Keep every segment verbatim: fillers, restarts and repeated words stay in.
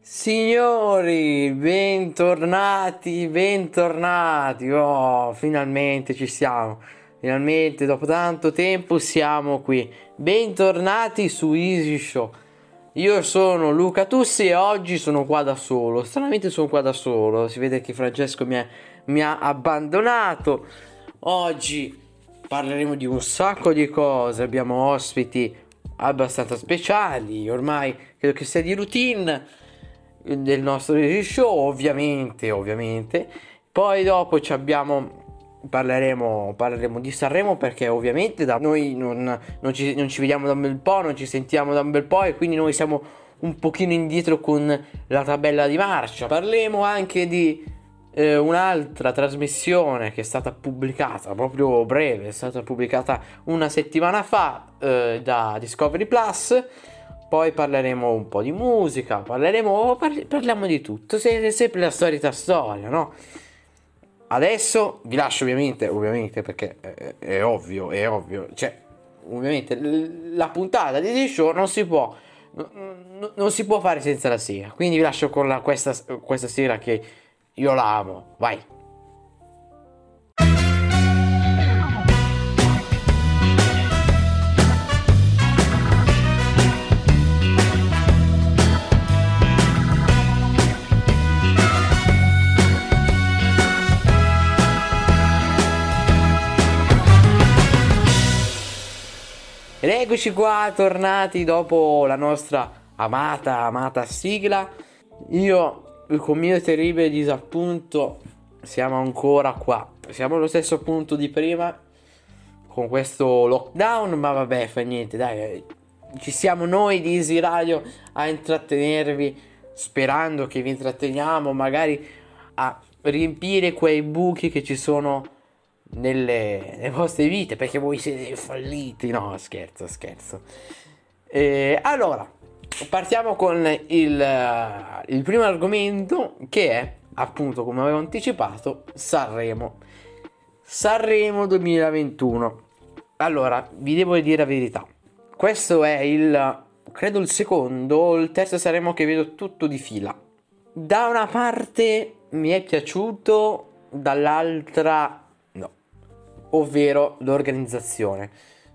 Signori, bentornati, bentornati. Oh, finalmente ci siamo. Finalmente, dopo tanto tempo, siamo qui. Bentornati su Easy Show. Io sono Luca Tussi e oggi sono qua da solo. Stranamente sono qua da solo. Si vede che Francesco mi, è, mi ha abbandonato. Oggi parleremo di un sacco di cose. Abbiamo ospiti abbastanza speciali. Ormai credo che sia di routine del nostro show, ovviamente, ovviamente. Poi dopo ci abbiamo parleremo, parleremo di Sanremo, perché ovviamente da noi non, non, ci, non ci vediamo da un bel po', non ci sentiamo da un bel po', e quindi noi siamo un pochino indietro con la tabella di marcia. Parleremo anche di eh, un'altra trasmissione che è stata pubblicata proprio breve, è stata pubblicata una settimana fa eh, da Discovery Plus. Poi parleremo un po' di musica, parleremo, parli, parliamo di tutto, è sempre la solita storia, no? Adesso vi lascio ovviamente, ovviamente perché è, è ovvio, è ovvio, cioè, ovviamente la puntata di The Show non si può, non, non si può fare senza la sigla, quindi vi lascio con la, questa, questa sigla che io la amo, vai! Ed eccoci qua, tornati dopo la nostra amata, amata sigla. Io, con mio terribile disappunto, siamo ancora qua. Siamo allo stesso punto di prima, con questo lockdown, ma vabbè, fa niente, dai. Ci siamo noi di Easy Radio a intrattenervi, sperando che vi intratteniamo, magari a riempire quei buchi che ci sono nelle, nelle vostre vite, perché voi siete falliti. No, scherzo, scherzo. E allora, partiamo con il, il primo argomento, che è, appunto, come avevo anticipato, Sanremo. Sanremo duemilaventuno. Allora, vi devo dire la verità. Questo è il, credo il secondo o il terzo Sanremo che vedo tutto di fila. Da una parte mi è piaciuto, dall'altra ovvero l'organizzazione.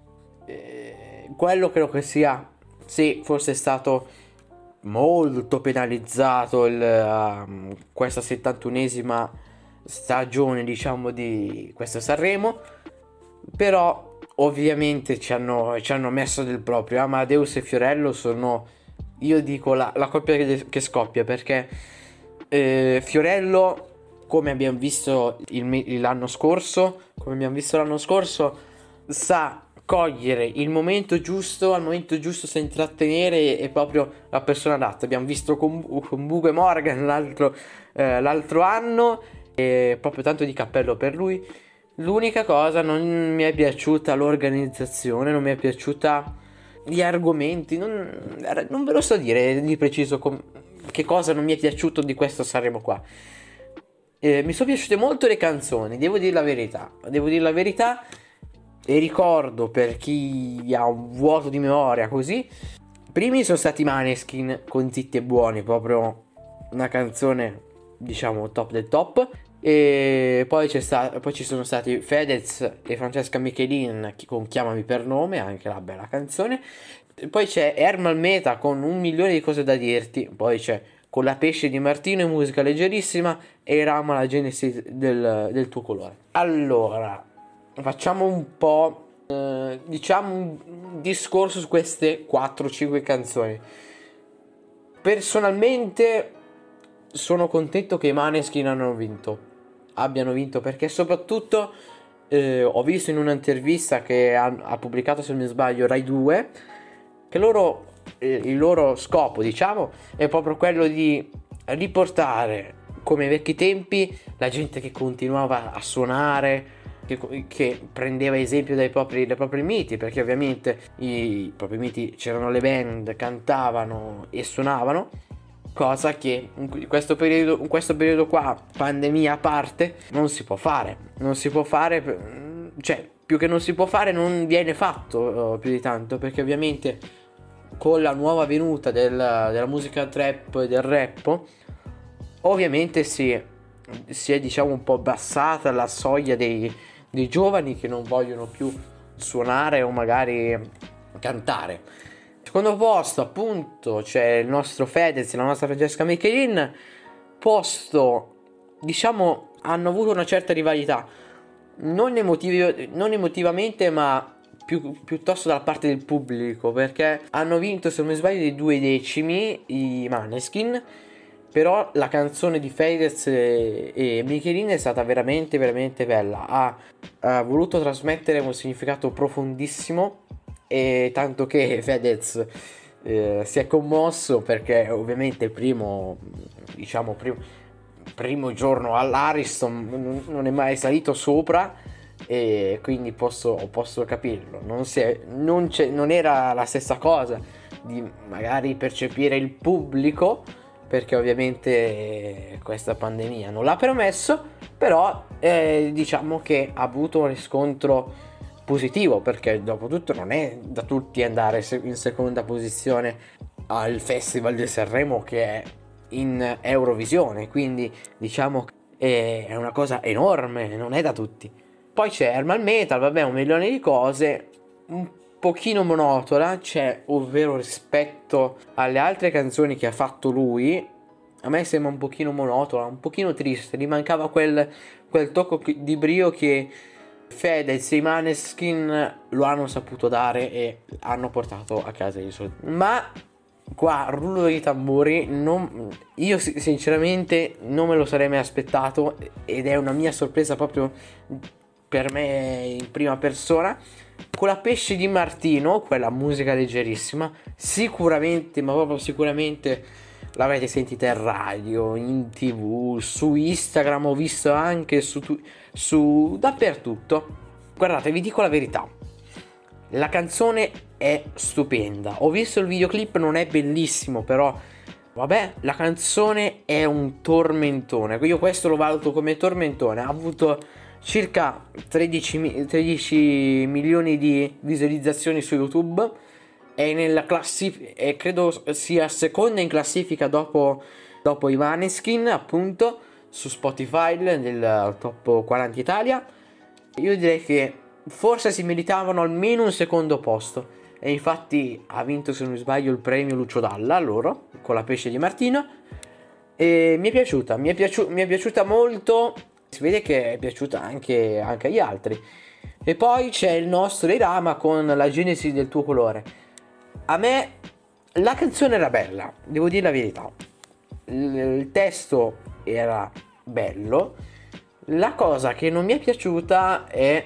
Eh, quello credo che sia, sì, forse è stato molto penalizzato il, uh, questa settantunesima stagione, diciamo, di questo Sanremo, però ovviamente ci hanno, ci hanno messo del proprio. Amadeus e Fiorello sono, io dico, la, la coppia che, che scoppia, perché eh, Fiorello, come abbiamo visto il, l'anno scorso, come abbiamo visto l'anno scorso, sa cogliere il momento giusto, al momento giusto sa intrattenere, è proprio la persona adatta. Abbiamo visto con, con Bugo e Morgan l'altro, eh, l'altro anno, e proprio tanto di cappello per lui. L'unica cosa, non mi è piaciuta l'organizzazione, non mi è piaciuta gli argomenti, non, non ve lo so dire di preciso com- che cosa non mi è piaciuto di questo Sanremo qua. Eh, mi sono piaciute molto le canzoni, devo dire la verità, devo dire la verità, e ricordo, per chi ha un vuoto di memoria così, primi sono stati Maneskin con Zitti e Buoni, proprio una canzone, diciamo, top del top, e poi, c'è sta- poi ci sono stati Fedez e Francesca Michelin con Chiamami per nome, anche la bella canzone, poi c'è Ermal Meta con Un milione di cose da dirti, poi c'è Con la pesce di Martino e musica leggerissima, e Rama la genesi del, del tuo colore. Allora, facciamo un po', eh, diciamo, un discorso su queste quattro cinque canzoni. Personalmente sono contento che i Maneskin hanno vinto, abbiano vinto, perché soprattutto eh, ho visto in un'intervista che ha, ha pubblicato, se non mi sbaglio, Rai due, che loro, il loro scopo, diciamo, è proprio quello di riportare, come ai vecchi tempi, la gente che continuava a suonare, che, che prendeva esempio dai propri, dai propri miti, perché ovviamente i propri miti, c'erano le band, cantavano e suonavano, cosa che in questo periodo, in questo periodo qua, pandemia a parte, non si può fare, non si può fare, cioè, più che non si può fare, non viene fatto uh, più di tanto, perché ovviamente con la nuova venuta del, della musica trap e del rap, ovviamente si, si è diciamo un po' abbassata la soglia dei, dei giovani che non vogliono più suonare o magari cantare. Secondo posto appunto c'è il nostro Fedez e la nostra Francesca Michelin. Posto, diciamo, hanno avuto una certa rivalità, non, emotivi, non emotivamente ma più, piuttosto dalla parte del pubblico, perché hanno vinto, se non mi sbaglio, di due decimi i Maneskin. Però la canzone di Fedez e, e Michelin è stata veramente veramente bella, ha, ha voluto trasmettere un significato profondissimo, e tanto che Fedez eh, si è commosso perché ovviamente il primo, diciamo primo, primo giorno all'Ariston non è mai salito sopra, e quindi posso, posso capirlo. Non, si è, non, c'è, non era la stessa cosa di magari percepire il pubblico, perché ovviamente questa pandemia non l'ha permesso, però eh, diciamo che ha avuto un riscontro positivo, perché dopo tutto non è da tutti andare in seconda posizione al Festival di Sanremo, che è in Eurovisione, quindi diciamo che è una cosa enorme, non è da tutti. Poi c'è Herman Metal, vabbè, un milione di cose, un pochino monotona, c'è, ovvero rispetto alle altre canzoni che ha fatto lui, a me sembra un pochino monotona, un pochino triste, gli mancava quel, quel tocco di brio che Fedez e i Maneskin lo hanno saputo dare e hanno portato a casa i soldi. Ma qua, rullo di tamburi, non, io sinceramente non me lo sarei mai aspettato, ed è una mia sorpresa proprio per me in prima persona. Con la Pesce di Martino, quella musica leggerissima, sicuramente, ma proprio sicuramente l'avrete sentita in radio, in tv, su Instagram, ho visto anche su, su dappertutto. Guardate, vi dico la verità, la canzone è stupenda, ho visto il videoclip, non è bellissimo, però vabbè, la canzone è un tormentone, io questo lo valuto come tormentone. Ha avuto circa tredici, tredici milioni di visualizzazioni su YouTube, è nella classifica, e credo sia seconda in classifica dopo, dopo i Maneskin, appunto, su Spotify nel top quaranta Italia. Io direi che forse si meritavano almeno un secondo posto, e infatti ha vinto, se non mi sbaglio, il premio Lucio Dalla loro con la Pesce di Martino, e mi è piaciuta, mi è, piaciu- mi è piaciuta molto. Si vede che è piaciuta anche, anche agli altri. E poi c'è il nostro Irama con La Genesi del tuo colore. A me la canzone era bella, devo dire la verità, il, il testo era bello. La cosa che non mi è piaciuta è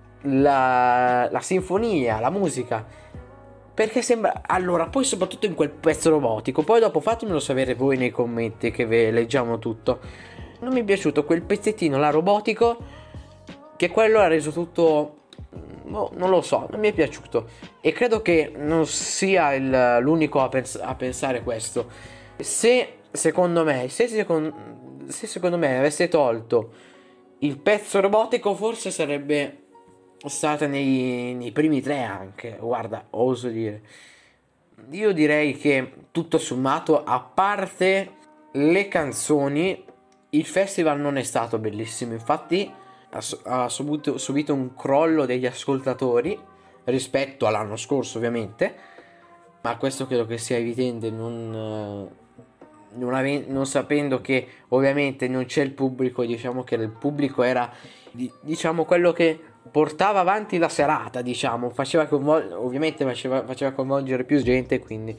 la, la sinfonia, la musica, perché sembra, allora, poi soprattutto in quel pezzo robotico, poi dopo fatemelo sapere voi nei commenti che ve leggiamo tutto. Non mi è piaciuto quel pezzettino là robotico, che quello ha reso tutto, no, non lo so, non mi è piaciuto, e credo che non sia il, l'unico a, pens- a pensare questo. Se secondo me se, secon- se secondo me avesse tolto il pezzo robotico, forse sarebbe stata nei, nei primi tre anche. Guarda, oso dire, io direi che tutto sommato, a parte le canzoni, il festival non è stato bellissimo. Infatti ha, ha subito, subito un crollo degli ascoltatori rispetto all'anno scorso, ovviamente, ma questo credo che sia evidente, non, non, ave- non sapendo che ovviamente non c'è il pubblico. Diciamo che il pubblico era, diciamo, quello che portava avanti la serata, diciamo, faceva convol- ovviamente faceva, faceva coinvolgere più gente, quindi.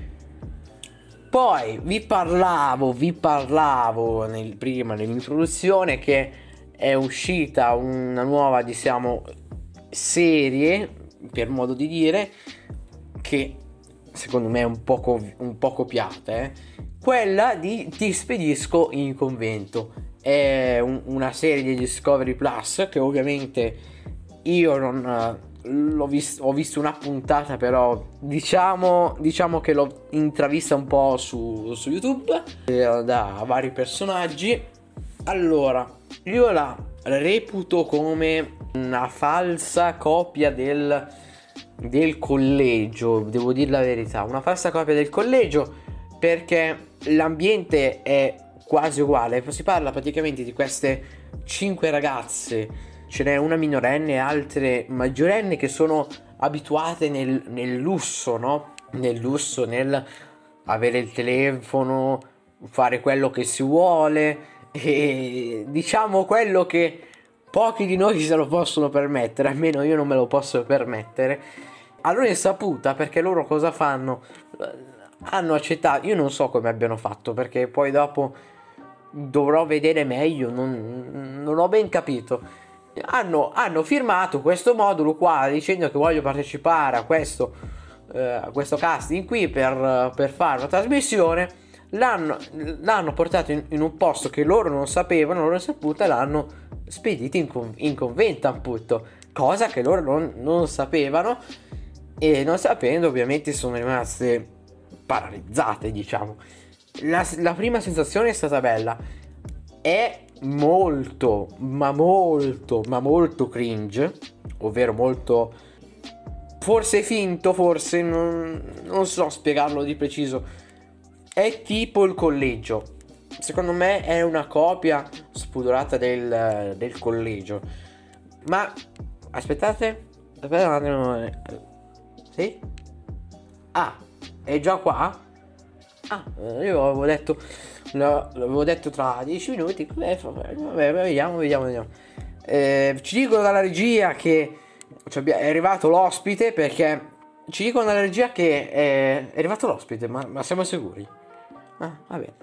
Poi vi parlavo, vi parlavo nel, prima nell'introduzione che è uscita una nuova, diciamo, serie, per modo di dire, che secondo me è un poco, un po' copiata, eh? Quella di Ti spedisco in convento. È un, una serie di Discovery Plus che ovviamente io non... L'ho visto, ho visto una puntata, però diciamo, diciamo che l'ho intravista un po' su, su YouTube eh, da vari personaggi. Allora, io la reputo come una falsa copia del del collegio, devo dire la verità, una falsa copia del collegio, perché l'ambiente è quasi uguale. Si parla praticamente di queste cinque ragazze, ce n'è una minorenne e altre maggiorenni, che sono abituate nel, nel lusso, no? Nel lusso, nel avere il telefono, fare quello che si vuole, e diciamo quello che pochi di noi se lo possono permettere, almeno io non me lo posso permettere. Allora è saputa, perché loro cosa fanno? Hanno accettato, io non so come abbiano fatto, perché poi dopo dovrò vedere meglio, non, non ho ben capito. Hanno, hanno firmato questo modulo qua dicendo che voglio partecipare a questo, eh, a questo casting qui per, per fare una trasmissione. L'hanno, l'hanno portato in, in un posto che loro non sapevano, loro saputo, e l'hanno spedito in, con, in convento, appunto, cosa che loro non, non sapevano, e non sapendo ovviamente sono rimaste paralizzate, diciamo. La, la prima sensazione è stata bella, è molto, ma molto, ma molto cringe, ovvero molto, forse finto, forse, non, non so spiegarlo di preciso. È tipo il collegio, secondo me è una copia spudorata del, del collegio. Ma aspettate, aspettate un attimo. Sì? Ah, è già qua? Ah, io avevo detto, l'avevo detto tra dieci minuti. Vabbè, vabbè, vediamo, vediamo, vediamo. Eh, ci dicono dalla regia che è arrivato l'ospite, perché ci dicono dalla regia che è, è arrivato l'ospite, ma, ma siamo sicuri? Ah, va bene.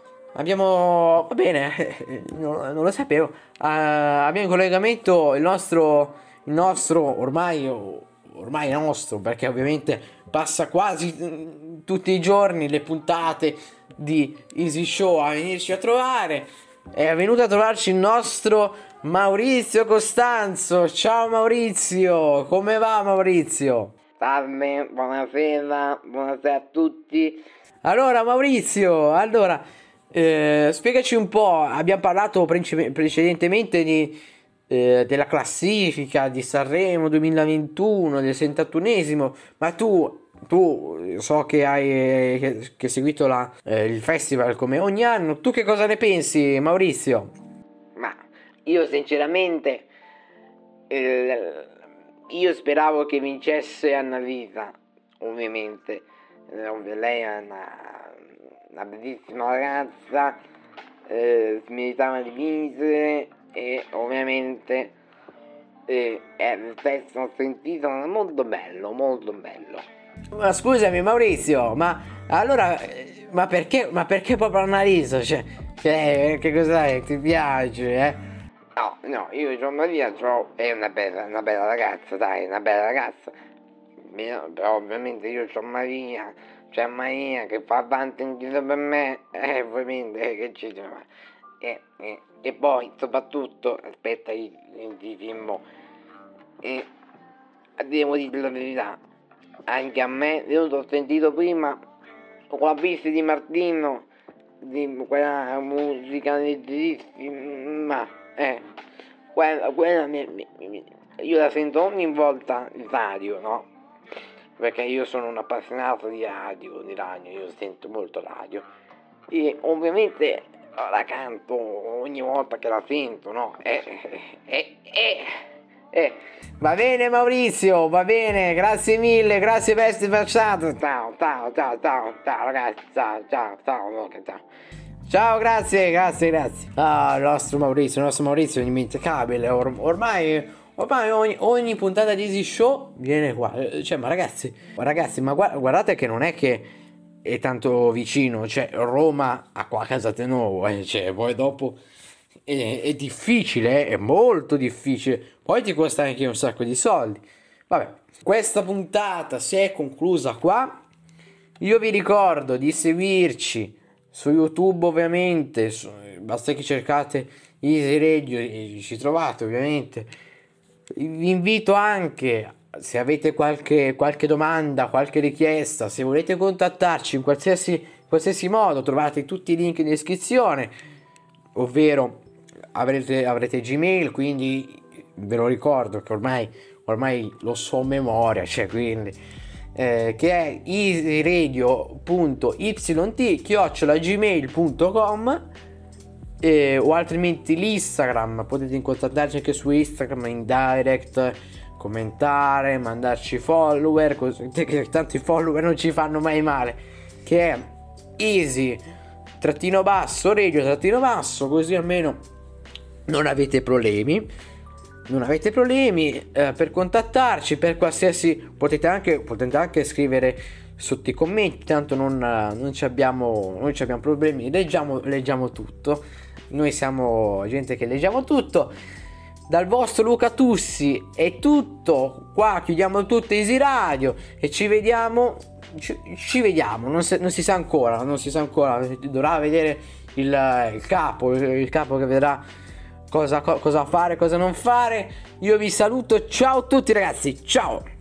Abbiamo, va bene, non, non lo sapevo. Uh, abbiamo in collegamento il nostro, il nostro ormai, ormai nostro, perché ovviamente passa quasi tutti i giorni le puntate di Easy Show a venirci a trovare. È venuto a trovarci il nostro Maurizio Costanzo. Ciao Maurizio, come va Maurizio? Salve, buonasera, buonasera a tutti. Allora Maurizio, allora eh, spiegaci un po', abbiamo parlato prece- precedentemente di, eh, della classifica di Sanremo duemilaventuno, del settantunesimo, ma tu, tu so che hai che, che hai seguito la, eh, il festival come ogni anno, tu che cosa ne pensi Maurizio? Ma io sinceramente, eh, io speravo che vincesse Annalisa, ovviamente. Lei è una, una bellissima ragazza, eh, meritava di vincere, e ovviamente eh, è il testo ho sentito molto bello, molto bello. Ma scusami Maurizio, ma allora, ma perché, ma perché proprio Annalisa? Cioè, cioè che cos'è? Ti piace, eh? No, no, io Gian Maria è una bella, una bella ragazza, dai, una bella ragazza. Però ovviamente io c'ho Maria, c'è Maria che fa tanto in giro per me, e eh, ovviamente eh, che ci sono. E, e, e poi soprattutto, aspetta, io ti filmo, e devo dire la verità, anche a me, io l'ho sentito prima, con la pista di Martino, di quella musica leggerissima, eh, quella, quella mi, mi, mi, io la sento ogni volta in radio, no? Perché io sono un appassionato di radio, di radio, io sento molto radio, e ovviamente la canto ogni volta che la sento, no? E, e, e, e. Va bene Maurizio, va bene, grazie mille, grazie per essere passato. Ciao, ciao, ciao, ciao, ciao ragazzi, ciao, ciao, ciao, ciao. Ciao, grazie, grazie, grazie. Ah, il nostro Maurizio, il nostro Maurizio è indimenticabile, Or- ormai... Ormai ogni, ogni puntata di Easy Show viene qua. Cioè, ma ragazzi, ragazzi, ma guarda, guardate che non è che è tanto vicino. Cioè, Roma ha qua Casatenuovo. Eh, cioè, poi dopo è, è difficile, è molto difficile. Poi ti costa anche un sacco di soldi. Vabbè, questa puntata si è conclusa qua. Io vi ricordo di seguirci su YouTube, ovviamente. Su, basta che cercate Easy Radio e ci trovate, ovviamente. Vi invito anche, se avete qualche, qualche domanda, qualche richiesta, se volete contattarci in qualsiasi, qualsiasi modo, trovate tutti i link in descrizione, ovvero avrete, avrete Gmail, quindi ve lo ricordo che ormai ormai lo so a memoria, cioè quindi eh, che è easyradio punto yt chiocciola gmail punto com, eh, o altrimenti l'Instagram, potete contattarci anche su Instagram in direct, commentare, mandarci follower, così che tanto i follower non ci fanno mai male, che è easy trattino basso radio trattino basso, così almeno non avete problemi non avete problemi eh, per contattarci per qualsiasi, potete anche potete anche scrivere sotto i commenti, tanto non, non ci abbiamo non ci abbiamo problemi, leggiamo leggiamo tutto, noi siamo gente che leggiamo tutto. Dal vostro Luca Tussi è tutto, qua chiudiamo tutto Easy Radio e ci vediamo ci, ci vediamo non si, non si sa ancora non si sa ancora dovrà vedere il, il capo il capo che vedrà cosa, cosa fare, cosa non fare. Io vi saluto, ciao a tutti ragazzi, ciao.